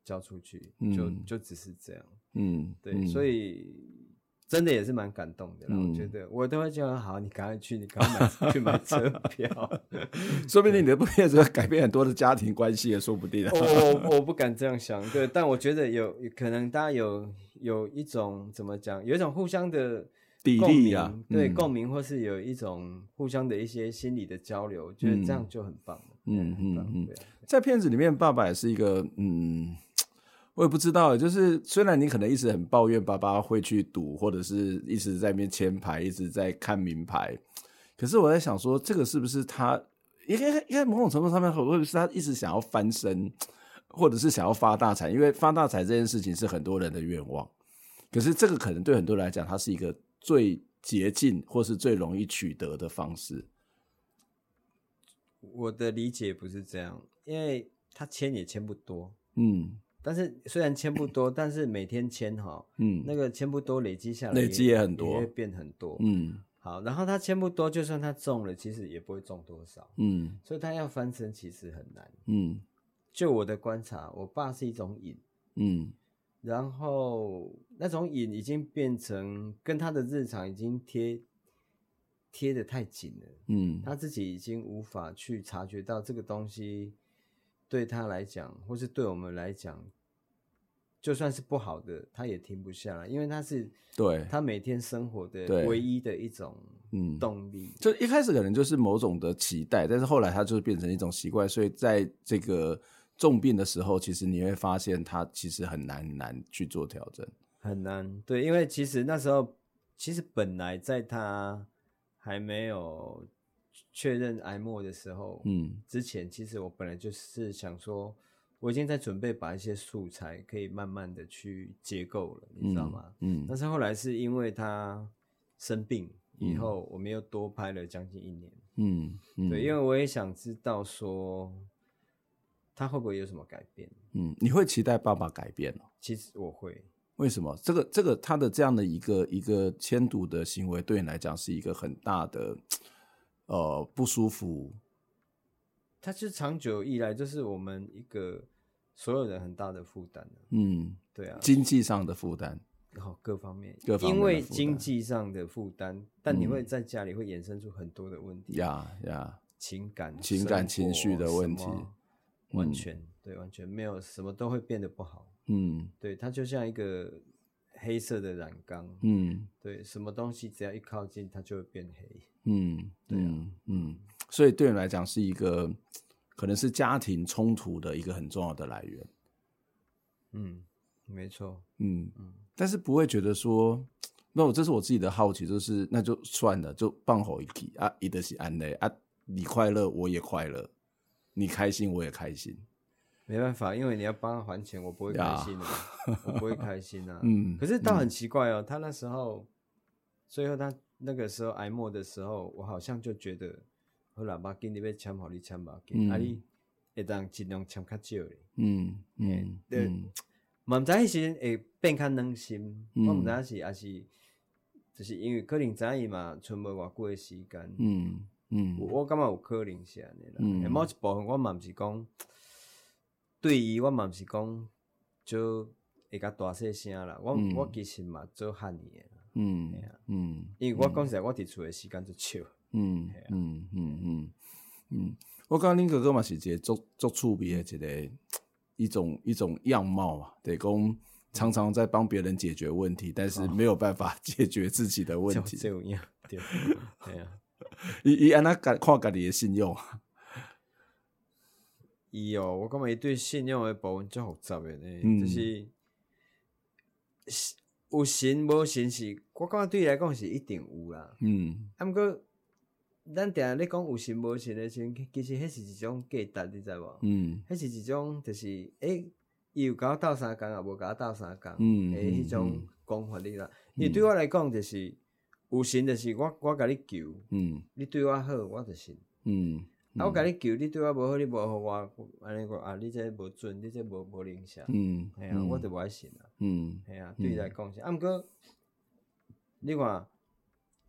交出去， 嗯、 就就只是这样。 嗯， 对， 嗯、 所以真的也是蛮感动的啦。嗯、我觉得我都会叫他好，你赶快去，你赶快买去买车票， 说不定你的片子会改变很多的家庭关系也说不定、啊。 我我我不敢这样想，对，但我觉得有可能大家有有一种怎么讲，有一种互相的。 砥砺啊， 对、嗯、共鸣，或是有一种互相的一些心理的交流，我觉得这样就很棒了。 嗯嗯嗯，在片子里面，爸爸也是一个，嗯，我也不知道，就是虽然你可能一直很抱怨爸爸会去赌，或者是一直在那边签牌，一直在看名牌，可是我在想说，这个是不是他应该应该某种程度上面，会不会是他一直想要翻身，或者是想要发大财？因为发大财这件事情是很多人的愿望，可是这个可能对很多人来讲，它是一个最捷径或是最容易取得的方式。 我的理解不是这样，因为他签也签不多， 嗯， 但是虽然签不多，但是每天签哈，嗯，那个签不多累积下来， 累积也很多， 也会变很多， 嗯， 好，然后他签不多，就算他中了，其实也不会中多少， 嗯， 所以他要翻身其实很难， 嗯， 就我的观察，我爸是一种瘾， 嗯。 然后那种瘾已经变成跟他的日常已经贴贴得太紧了， 嗯， 他自己已经无法去察觉到这个东西对他来讲，或是对我们来讲，就算是不好的，他也停不下来，因为他是对他每天生活的唯一的一种动力。 嗯、就一开始可能就是某种的期待，但是后来他就变成一种习惯，所以在这个重病的时候，其实你会发现他其实很难很难去做调整， 很难。对，因为其实那时候，其实本来在他还没有确认癌末的时候，嗯，之前其实我本来就是想说，我已经在准备把一些素材可以慢慢的去结构了，你知道吗？嗯，嗯但是后来是因为他生病以后，我们又多拍了将近一年，嗯，嗯对，因为我也想知道说。他会不会有什么改变？ 嗯，你会期待爸爸改变哦？ 其实我会。 为什么？这个这个他的这样的一个一个迁赌的行为，对你来讲是一个很大的呃不舒服。 他是长久以来就是我们一个所有人很大的负担。 嗯， 对啊， 经济上的负担， 然后各方面， 各方面因为经济上的负担，但你会在家里会衍生出很多的问题。 呀呀， 情感、 情感、情绪的问题。 完全、嗯、对，完全没有什么都会变得不好。嗯，对，它就像一个黑色的染缸。嗯，对，什么东西只要一靠近，它就会变黑。嗯，对啊， 嗯，嗯所以对你来讲是一个可能是家庭冲突的一个很重要的来源。 嗯，没错。 嗯嗯，但是不会觉得说，那我这是我自己的好奇，就是那就算了，就放好一起啊，一的是安内啊，你快乐我也快乐。你开心我也开心， 没办法，因为你要帮他还钱，我不会开心的，我不会开心啊。 嗯， 可是倒很奇怪哦，嗯、他那时候，最后他那个时候癌末的时候，我好像就觉得，好啦，把紧你要签好你签吧，嗯、啊你会当尽量签较少的。嗯嗯对，嘛唔知迄时会变较软心，嗯、我唔知是还是，就是因为可能知伊嘛，剩无偌久的时间。嗯。嗯，我感觉有可能是安尼啦。嗯，某一部分我嘛毋是讲对伊，我嘛毋是讲就会甲大细声啦。我、嗯、我其實嘛做漢語的啦。嗯，係啊，嗯，因為我講實在，我佇厝的時間就少。 嗯，係啊，嗯嗯嗯嗯，我感覺恁哥哥嘛是一個足足趣味的一個一種一種樣貌啊，對講常常在幫別人解決問題，但是沒有辦法解決自己的問題。 就這樣，對，係啊。 伊伊安那看家己的信用， 伊哦，我感覺伊對信用的部分足複雜的呢，嗯、就是有神無神是，我感覺對伊來講是一定有啦。嗯，啊，毋過咱定咧講有神無神的時候，其實迄是一種假值，你知無？嗯，迄是一種就是誒，伊有甲我鬥相共，也無甲我鬥相共，嗯，誒，迄種講法你啦。因為對我來講就是。有神就是我，我甲你求，嗯，你對我好，我就信，嗯，啊，我甲你求，你對我無好，你無互我，安尼個啊，你這無準，你這無無靈性，嗯，係啊，我就無愛信啊，嗯，係啊，對伊來講是，啊，毋過你看，佇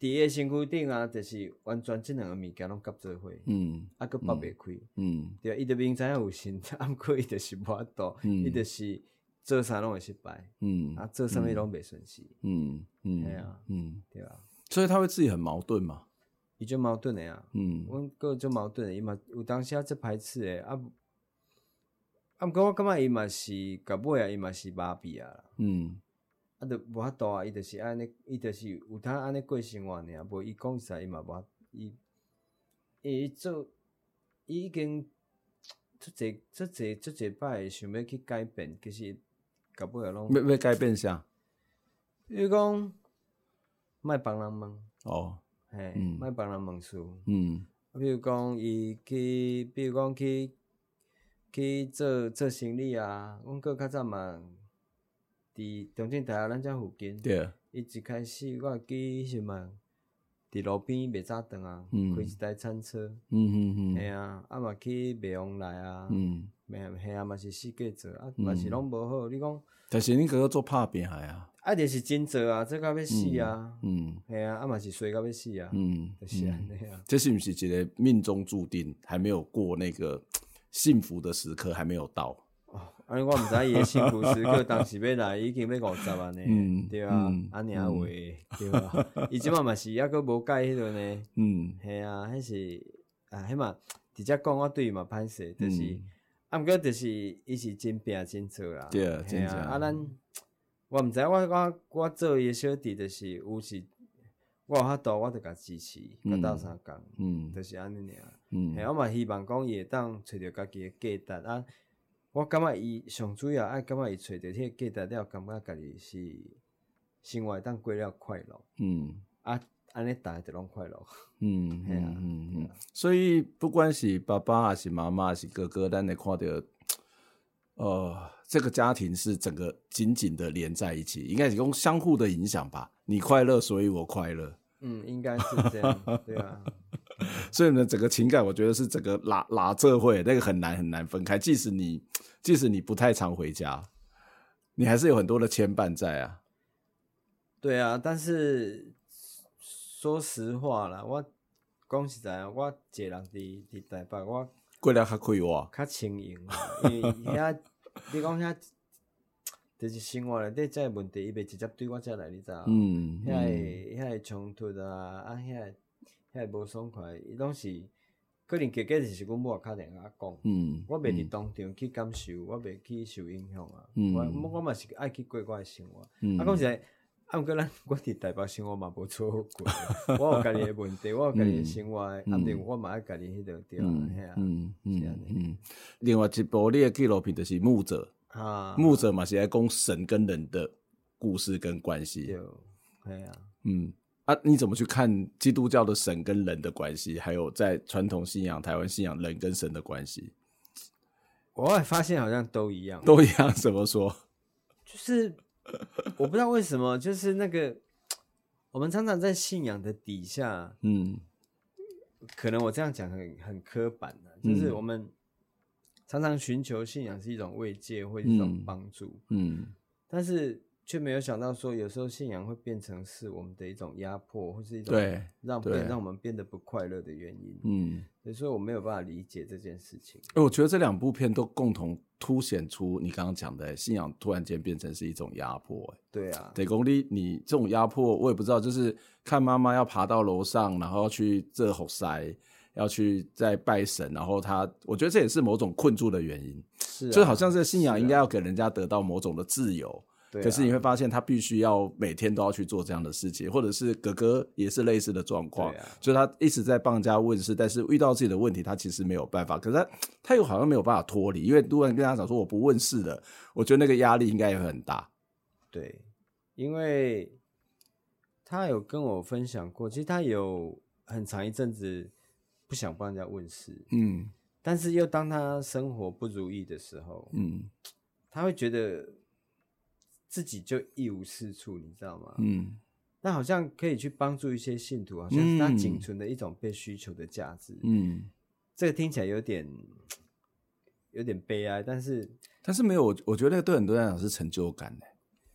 伫个身躯顶啊，就是完全即两个物件拢夹做伙，嗯，啊，佫剥袂开，嗯，对，伊就明知影有神，啊，毋过伊就是无法度，伊、嗯、就是做啥拢会失败，嗯，啊，做啥物拢袂顺势，嗯嗯，对啊，嗯，对啊， 所以他会自己很矛盾嘛， 伊就矛盾的啊，嗯，阮个就矛盾的，伊嘛有当时啊即排斥的，啊，啊，毋过我感觉伊嘛是到尾啊，伊嘛是麻痹啊啦，嗯。啊，就无法度啊！伊就是安尼，伊就是有通安尼过生活尔，无伊讲实在，伊嘛无法，伊伊做，伊已经出侪出侪出侪摆想要去改变，其实到尾拢要要改变啥？ 比如讲，莫帮人问哦， 嘿，莫帮人问事，嗯，比如讲伊去，比如讲去去做做生意啊，阮个较早嘛。伫中正大学咱遮附近，对，伊一开始我会记是嘛，伫路边卖早顿啊，嗯、开一台餐车，嗯嗯嗯，嘿啊，啊嘛去卖往来啊，嗯，嘿啊嘛是四界做，啊嘛是拢无好，你讲， 但是你哥哥做拍拼的啊， 啊就是真做啊，做到要死啊，嗯，嘿啊，啊嘛是衰到要死啊，嗯，就是安尼啊， 这是不是一个命中注定，还没有过那个幸福的时刻，还没有到？ 哦，安尼我毋知伊诶幸福时刻当时要来，已经要五十啊呢，嗯、对啊，安尼啊话，对啊，伊即马嘛是抑阁无改迄落呢，嗯，系啊，迄是啊，迄嘛直接讲我对伊嘛歹势，就是，嗯、啊，毋过就是伊是真拼真做啦， 对啊，真正啊，咱我毋知我我我做伊诶小弟，就是有时我有法度，我着甲支持，甲斗相共，嗯，就是安尼尔，嗯，我嘛希望讲伊会当找着家己诶价值啊。我感觉伊上主要爱感觉伊找到迄个价值了，感觉家己是生活当过了快乐。嗯，啊，安尼大家就拢快乐。嗯，系啊， 嗯嗯。所以不管是爸爸还是妈妈还是哥哥，咱会看到，呃，这个家庭是整个紧紧的连在一起，应该是用相互的影响吧。你快乐，所以我快乐。 嗯，应该是这样。对啊。 所以呢，整个情感我觉得是整个拉拉这会那个很难很难分开。即使你即使你不太常回家，你还是有很多的牵绊在啊。 对啊，但是说实话啦，我讲实在，我一个人伫伫台北，我过得较快活， 较轻盈，因为遐你讲遐。就是生活内底这个问题，伊袂直接对我遮来，你知道？嗯，遐个遐个冲突啊，啊遐个遐个无爽快，伊拢是可能结果就是阮某敲电话讲，嗯，我袂伫当场去感受，我袂去受影响啊。嗯，我我嘛是爱去过我的生活。嗯，啊，讲实在，啊，毋过咱我伫台北生活嘛无错好过，我有家己的问题，我有家己的生活，啊，对，我嘛爱家己迄条对啊，嘿啊，嗯嗯嗯。另外一部你的纪录片就是《牧者》。啊，牧者嘛是在讲神跟人的故事跟关系。 对，对啊， 嗯啊，你怎么去看基督教的神跟人的关系，还有在传统信仰、台湾信仰人跟神的关系？ 我也发现好像都一样， 都一样。怎么说？ 就是我不知道为什么，就是那个我们常常在信仰的底下，嗯，可能我这样讲很很刻板的，就是我们。常常寻求信仰是一种慰藉或是一种帮助，嗯，但是却没有想到说，有时候信仰会变成是我们的一种压迫，或是一种让变让我们变得不快乐的原因，嗯，所以我没有办法理解这件事情。 我觉得这两部片都共同凸显出你刚刚讲的信仰突然间变成是一种压迫。 对啊， 对，公你你这种压迫，我也不知道，就是看妈妈要爬到楼上，然后去这后塞。要去再拜神，然后他，我觉得这也是某种困住的原因， 是、啊， 就好像这个信仰应该要给人家得到某种的自由，啊、可是你会发现他必须要每天都要去做这样的事情，或者是哥哥也是类似的状况，啊、就是他一直在帮人家问事，但是遇到自己的问题，他其实没有办法，可是他他又好像没有办法脱离，因为如果你跟他讲说我不问事了，我觉得那个压力应该也会很大。 对，因为他有跟我分享过，其实他有很长一阵子。不想帮人家问事，嗯，但是又当他生活不如意的时候，嗯，他会觉得自己就一无是处，你知道吗？嗯，那好像可以去帮助一些信徒，好像是他仅存的一种被需求的价值，嗯，这个听起来有点有点悲哀，但是但是没有，我觉得那个对很多人来讲是成就感的。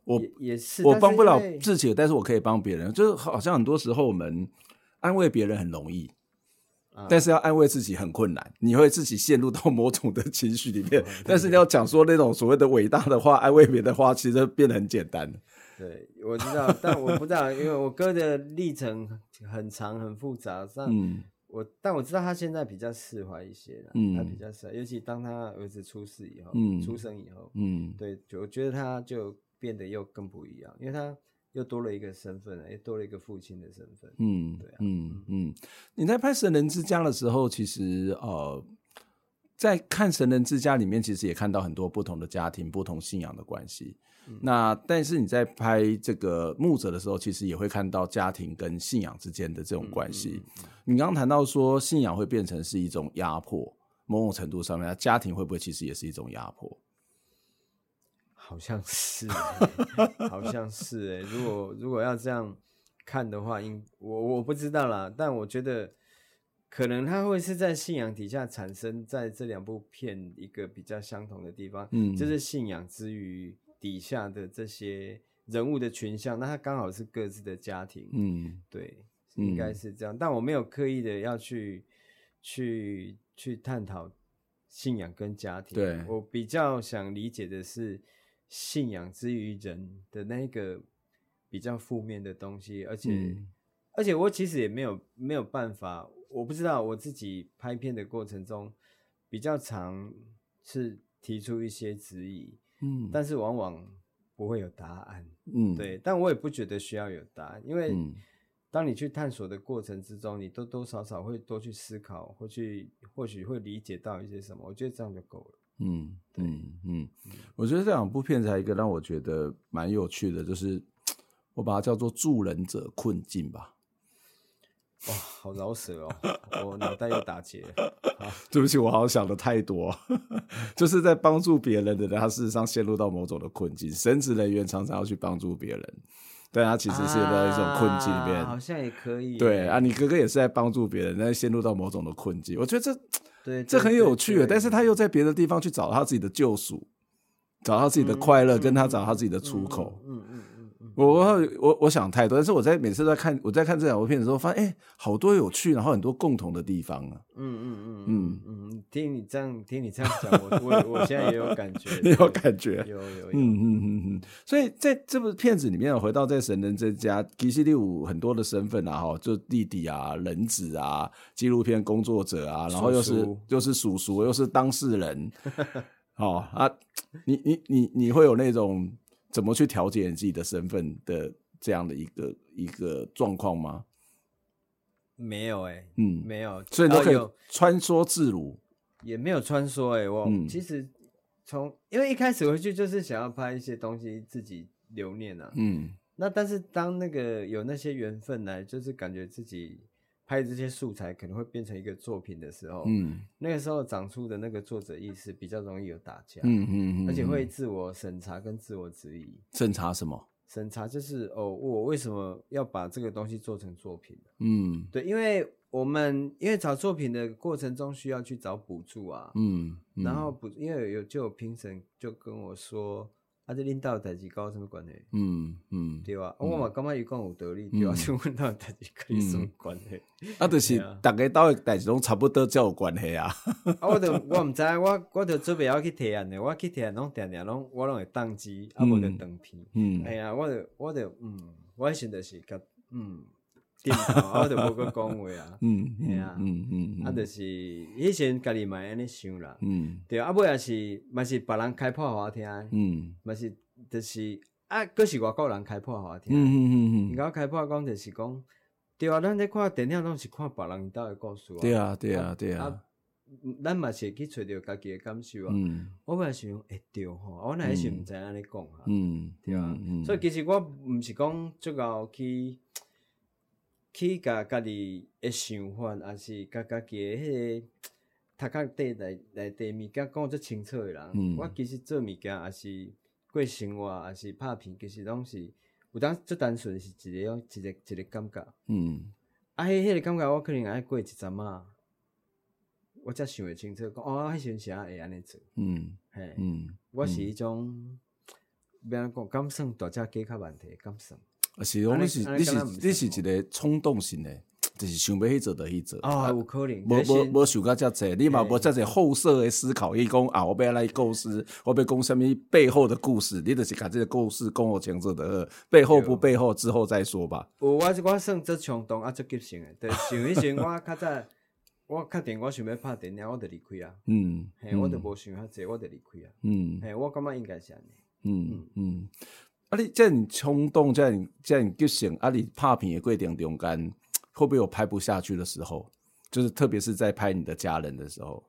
我也也是， 我帮不了但是自己，但是我可以帮别人。就是好像很多时候我们安慰别人很容易，啊、但是要安慰自己很困难，你会自己陷入到某种的情绪里面。但是你要讲说那种所谓的伟大的话，安慰别人的话，其实变得很简单。 对，我知道，但我不知道，因为我哥的历程很长很复杂，像我，嗯、但我知道他现在比较释怀一些了，嗯，他比较释怀，尤其当他儿子出世以后，嗯，出生以后，嗯，对，就我觉得他就变得又更不一样，因为他又多了一个身份了，又多了一个父亲的身份，嗯，对啊， 嗯嗯，你在拍《神人之家》的时候，其实呃，在看《神人之家》里面，其实也看到很多不同的家庭、不同信仰的关系。那但是你在拍这个牧者的时候，其实也会看到家庭跟信仰之间的这种关系。嗯嗯嗯、你刚刚谈到说信仰会变成是一种压迫，某种程度上面，家庭会不会其实也是一种压迫？ 好像是、欸，好像是哎、欸。如果如果要这样看的话，应我我不知道啦，但我觉得可能它会是在信仰底下产生，在这两部片一个比较相同的地方，嗯，就是信仰之于底下的这些人物的群像，那它刚好是各自的家庭，嗯，对，应该是这样。嗯、但我没有刻意的要去去去探讨信仰跟家庭， 对， 我比较想理解的是信仰之于人的那个比较负面的东西，而且、嗯、而且我其实也没有没有办法，我不知道我自己拍片的过程中比较常是提出一些质疑。嗯，但是往往不会有答案，嗯，对，但我也不觉得需要有答案，因为当你去探索的过程之中，你多多少少会多去思考，或去或许会理解到一些什么，我觉得这样就够了。嗯嗯嗯，我觉得这两部片子还有一个让我觉得蛮有趣的，就是我把它叫做助人者困境吧。 哇，好饶舌哦！我脑袋又打结了。 对不起，我好像想的太多。就是在帮助别人的人，他事实上陷入到某种的困境。神职人员常常要去帮助别人，但他其实是在一种困境里面。 啊、好像也可以。 对啊，你哥哥也是在帮助别人，但陷入到某种的困境。我觉得这对这很有趣，但是他又在别的地方去找他自己的救赎，找他自己的快乐，嗯、跟他找他自己的出口。嗯嗯。嗯嗯我我我想太多，但是我在每次在看我在看这两部片的时候，发现哎、欸，好多有趣，然后很多共同的地方啊。 嗯嗯嗯嗯嗯，听你这样听你这样讲，我我我现在也有感觉， 也有感觉， 有有有， 嗯嗯嗯嗯。所以在这部片子里面，回到在神人这家，其实有很多的身份啊，哈，就弟弟啊、人子啊、纪录片工作者啊，然后又是又是叔叔，又是当事人，哦啊，你你你你会有那种。怎么去调节你自己的身份的这样的一个一个状况吗？ 没有哎、欸，嗯，没有， 所以你都可以穿梭自如， 也没有穿梭哎、欸，我、嗯、其实从因为一开始回去就是想要拍一些东西自己留念啊，嗯，那但是当那个有那些缘分来，就是感觉自己拍这些素材可能会变成一个作品的时候，嗯，那个时候长出的那个作者意识比较容易有打架，嗯嗯嗯，而且会自我审查跟自我质疑。 审查什么？ 审查就是哦，我为什么要把这个东西做成作品？嗯，对，因为我们因为找作品的过程中需要去找补助啊，嗯，嗯然后补因为有就有评审就跟我说。啊，这领导的代志跟我什么关系？嗯嗯，对吧？嗯、我嘛感觉伊讲有道理，对吧？就问到代志跟伊什么关系？ 啊，就是大家斗的代志拢差不多才有关系啊。 啊，我就我唔知，我我就准备要去提案的，我去提案拢定定拢我拢会宕机，啊无就断片。嗯，哎呀，我就我就嗯，我迄时就是甲嗯。点头，我就无搁讲话啊，嗯，系啊，嗯嗯，啊，就是以前家己嘛安尼想啦，嗯，对，啊，尾也是嘛是别人开破互我听，嗯，嘛是就是啊，搁是外国人开破互我听，嗯嗯嗯嗯，甲我开破讲就是讲，对啊，咱咧看电影拢是看别人兜的故事啊， 对啊对啊对啊， 啊，咱嘛是会去找着家己的感受啊，嗯，我尾想会对吼，我那是毋知安尼讲哈，嗯，对啊，所以其实我毋是讲足够去。去甲家己的想法，还是甲家己的迄个头壳底内内底物件讲足清楚的人，嗯、我其实做物件，还是过生活，还是拍片，其实拢是有当最单纯是一个一个一个感觉。嗯，啊，迄迄个感觉，我可能爱过一阵仔，我才想会清楚，讲哦，迄时阵是会安尼做。嗯，嘿，嗯，我是一种。 别人讲敢算大只鸡较问题，敢算。 啊是讲你是你是你是一个冲动性的，就是想要去做就去做。 哦，有可能。 无无无想到遮济，你嘛无遮济后设的思考。伊讲啊，我要来构思，我要讲什么背后的故事，你就是把这个故事讲好清楚的，背后不背后之后再说吧。 有我我算做冲动啊，做急性的，就是想迄时我较早，我确定我想要拍电影，我就离开啊。嗯，嘿，我就无想遐济，我就离开啊。嗯，嘿，我感觉应该是安尼。 嗯嗯。啊！你这样冲动，这样这样急性，啊！你拍片的过程中间，会不会有拍不下去的时候？就是特别是在拍你的家人的时候，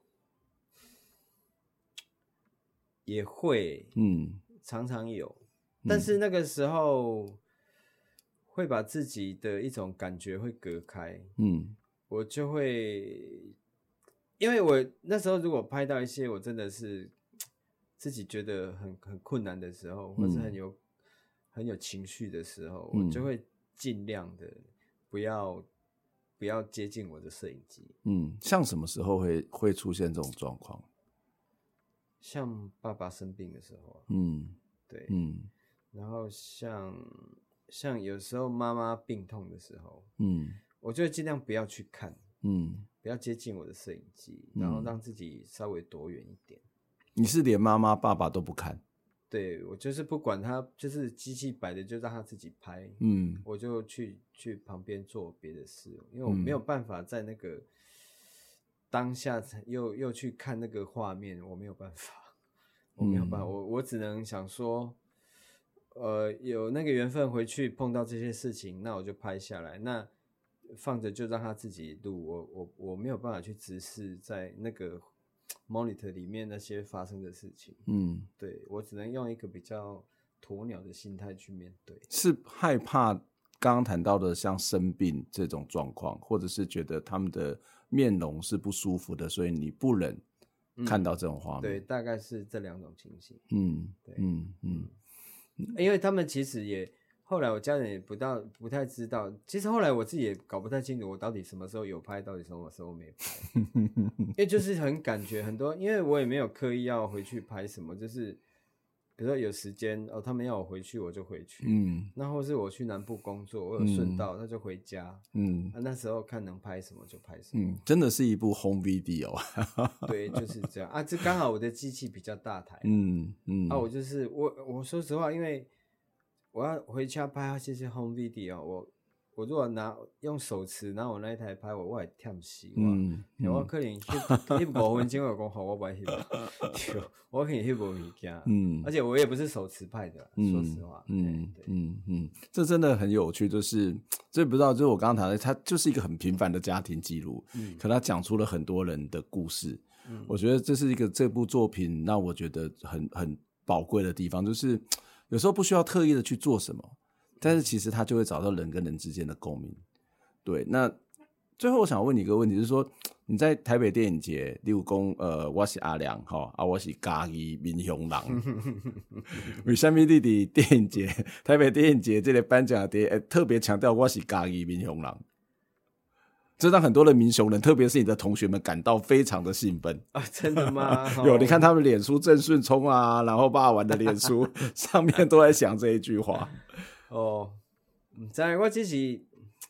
也会，嗯，常常有，但是那个时候会把自己的一种感觉会隔开，嗯，我就会，因为我那时候如果拍到一些我真的是自己觉得很很困难的时候，或是很有。很有情绪的时候，我就会尽量的不要不要接近我的摄影机。嗯， 像什么时候会会出现这种状况？ 像爸爸生病的时候、啊，嗯，对，嗯，然后像像有时候妈妈病痛的时候，嗯，我就会尽量不要去看，嗯，不要接近我的摄影机，然后让自己稍微躲远一点。 你是连妈妈爸爸都不看？ 对，我就是不管他，就是机器摆的就让他自己拍，嗯，我就去去旁边做别的事，因为我没有办法在那个当下又又去看那个画面，我没有办法，我没有办法，嗯、我我只能想说，呃，有那个缘分回去碰到这些事情，那我就拍下来，那放着就让他自己录，我我我没有办法去直视在那个。monitor 里面那些发生的事情，嗯，对，我只能用一个比较鸵鸟的心态去面对。 是害怕刚刚谈到的像生病这种状况，或者是觉得他们的面容是不舒服的，所以你不忍看到这种画面。嗯、 对，大概是这两种情形。 嗯，对，嗯嗯， 因为他们其实也。后来我家人也不到不太知道，其实后来我自己也搞不太清楚，我到底什么时候有拍，到底什么时候没拍，因为就是很感觉很多，因为我也没有刻意要回去拍什么，就是比如说有时间哦，他们要我回去我就回去，嗯，那或是我去南部工作，我有顺道，那、嗯、就回家，嗯、啊，那时候看能拍什么就拍什么， 嗯，真的是一部 home video， 对，就是这样啊，这刚好我的机器比较大台，嗯嗯，啊，我就是我我说实话，因为。我要回家拍这些 home video， 我我如果拿用手持拿我那一台拍，我我会忝死我，嗯嗯、我可能翕五分钟我讲好，我不爱翕，我可能翕无物件，嗯，而且我也不是手持派的啦，嗯、说实话， 嗯对嗯嗯，这真的很有趣，就是这不知道，就是我刚刚谈的，它就是一个很平凡的家庭记录，嗯，可它讲出了很多人的故事，嗯，我觉得这是一个这部作品让我觉得很很宝贵的地方，就是。有时候不需要特意的去做什么，但是其实他就会找到人跟人之间的共鸣。对，那最后我想问你一个问题，就是说你在台北电影节，例如说呃，我是阿良哈，啊我是嘉义民雄人，为什么你伫电影节台北电影节这个颁奖的特别强调我是嘉义民雄人？这让很多的民雄人，特别是你的同学们感到非常的兴奋啊！真的吗？ 有，你看他们脸书郑顺聪啊，然后霸王的脸书上面都在想这一句话。 哦，不知道，我只是伫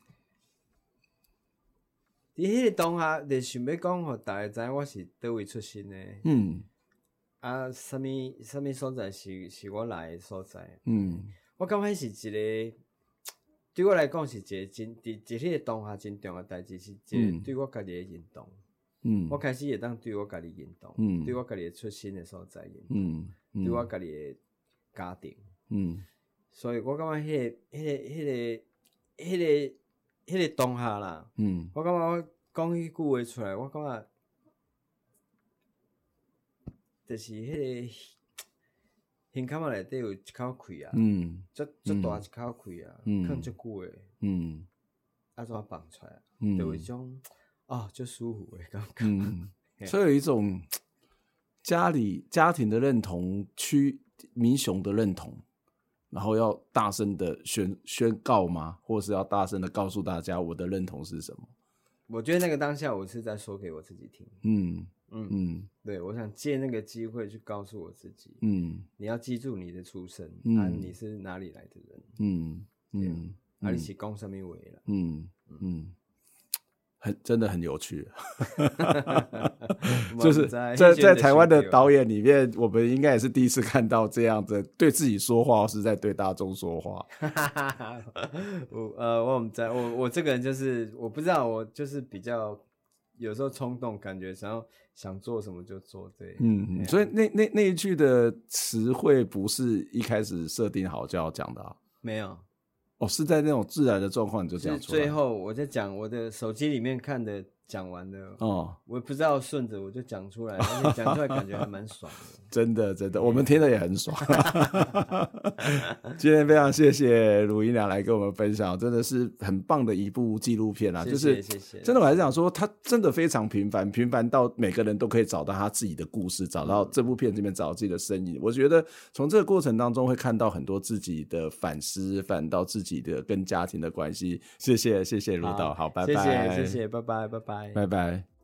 迄个当下，就想要讲，互大家知影我是叨位出身的。嗯。啊，什么什么所在是是我來的所在？嗯，我感覺是一個。對我來講是一個真佇佇迄個當下真重要的代誌，是一個對我家己的認同。嗯，我開始會當對我家己認同，嗯，對我家己的出身的所在認同，嗯，嗯對我家己的家庭，嗯，所以我感覺迄、那個、迄、那個、迄、那個、迄、那個、迄個當下啦，嗯，我感覺我講迄句話出來，我感覺就是迄、那個。胸坎仔內底有一口氣啊，嗯，足足大一口氣啊，囥足久誒，嗯，啊怎放出來，嗯，就有一種啊，就舒服誒感覺， 嗯，所以有一種家裡家庭的認同，區民雄的認同，然後要大聲的宣宣告嗎？或是要大聲的告訴大家我的認同是什麼？ 我覺得那個當下我是在說給我自己聽，嗯嗯嗯，对，我想借那个机会去告诉我自己，嗯，你要记住你的出身，嗯、啊，你是哪里来的人，嗯嗯，啊，你是讲什么话啦，嗯嗯，很真的很有趣，就是在在台湾的导演里面，我们应该也是第一次看到这样的对自己说话，是在对大众说话。 我呃，我们在我我这个人就是我不知道，我就是比较。有时候冲动，感觉想要想做什么就做，对， 嗯，所以那那那一句的词汇不是一开始设定好就要讲的啊？ 没有， 哦，是在那种自然的状况你就讲出来。 最后我在讲我的手机里面看的，讲完了，哦，我不知道顺着我就讲出来，而且讲出来感觉还蛮爽的。 真的真的，我们听了也很爽。今天非常谢谢鲁姨娘来跟我们分享，真的是很棒的一部纪录片啦。 谢谢谢谢。 真的我还是想说，它真的非常平凡，平凡到每个人都可以找到他自己的故事，找到这部片这边找到自己的身影。我觉得从这个过程当中会看到很多自己的反思，反到自己的跟家庭的关系。谢谢谢谢鲁导，好，拜拜， 谢谢谢谢，拜拜拜拜拜拜。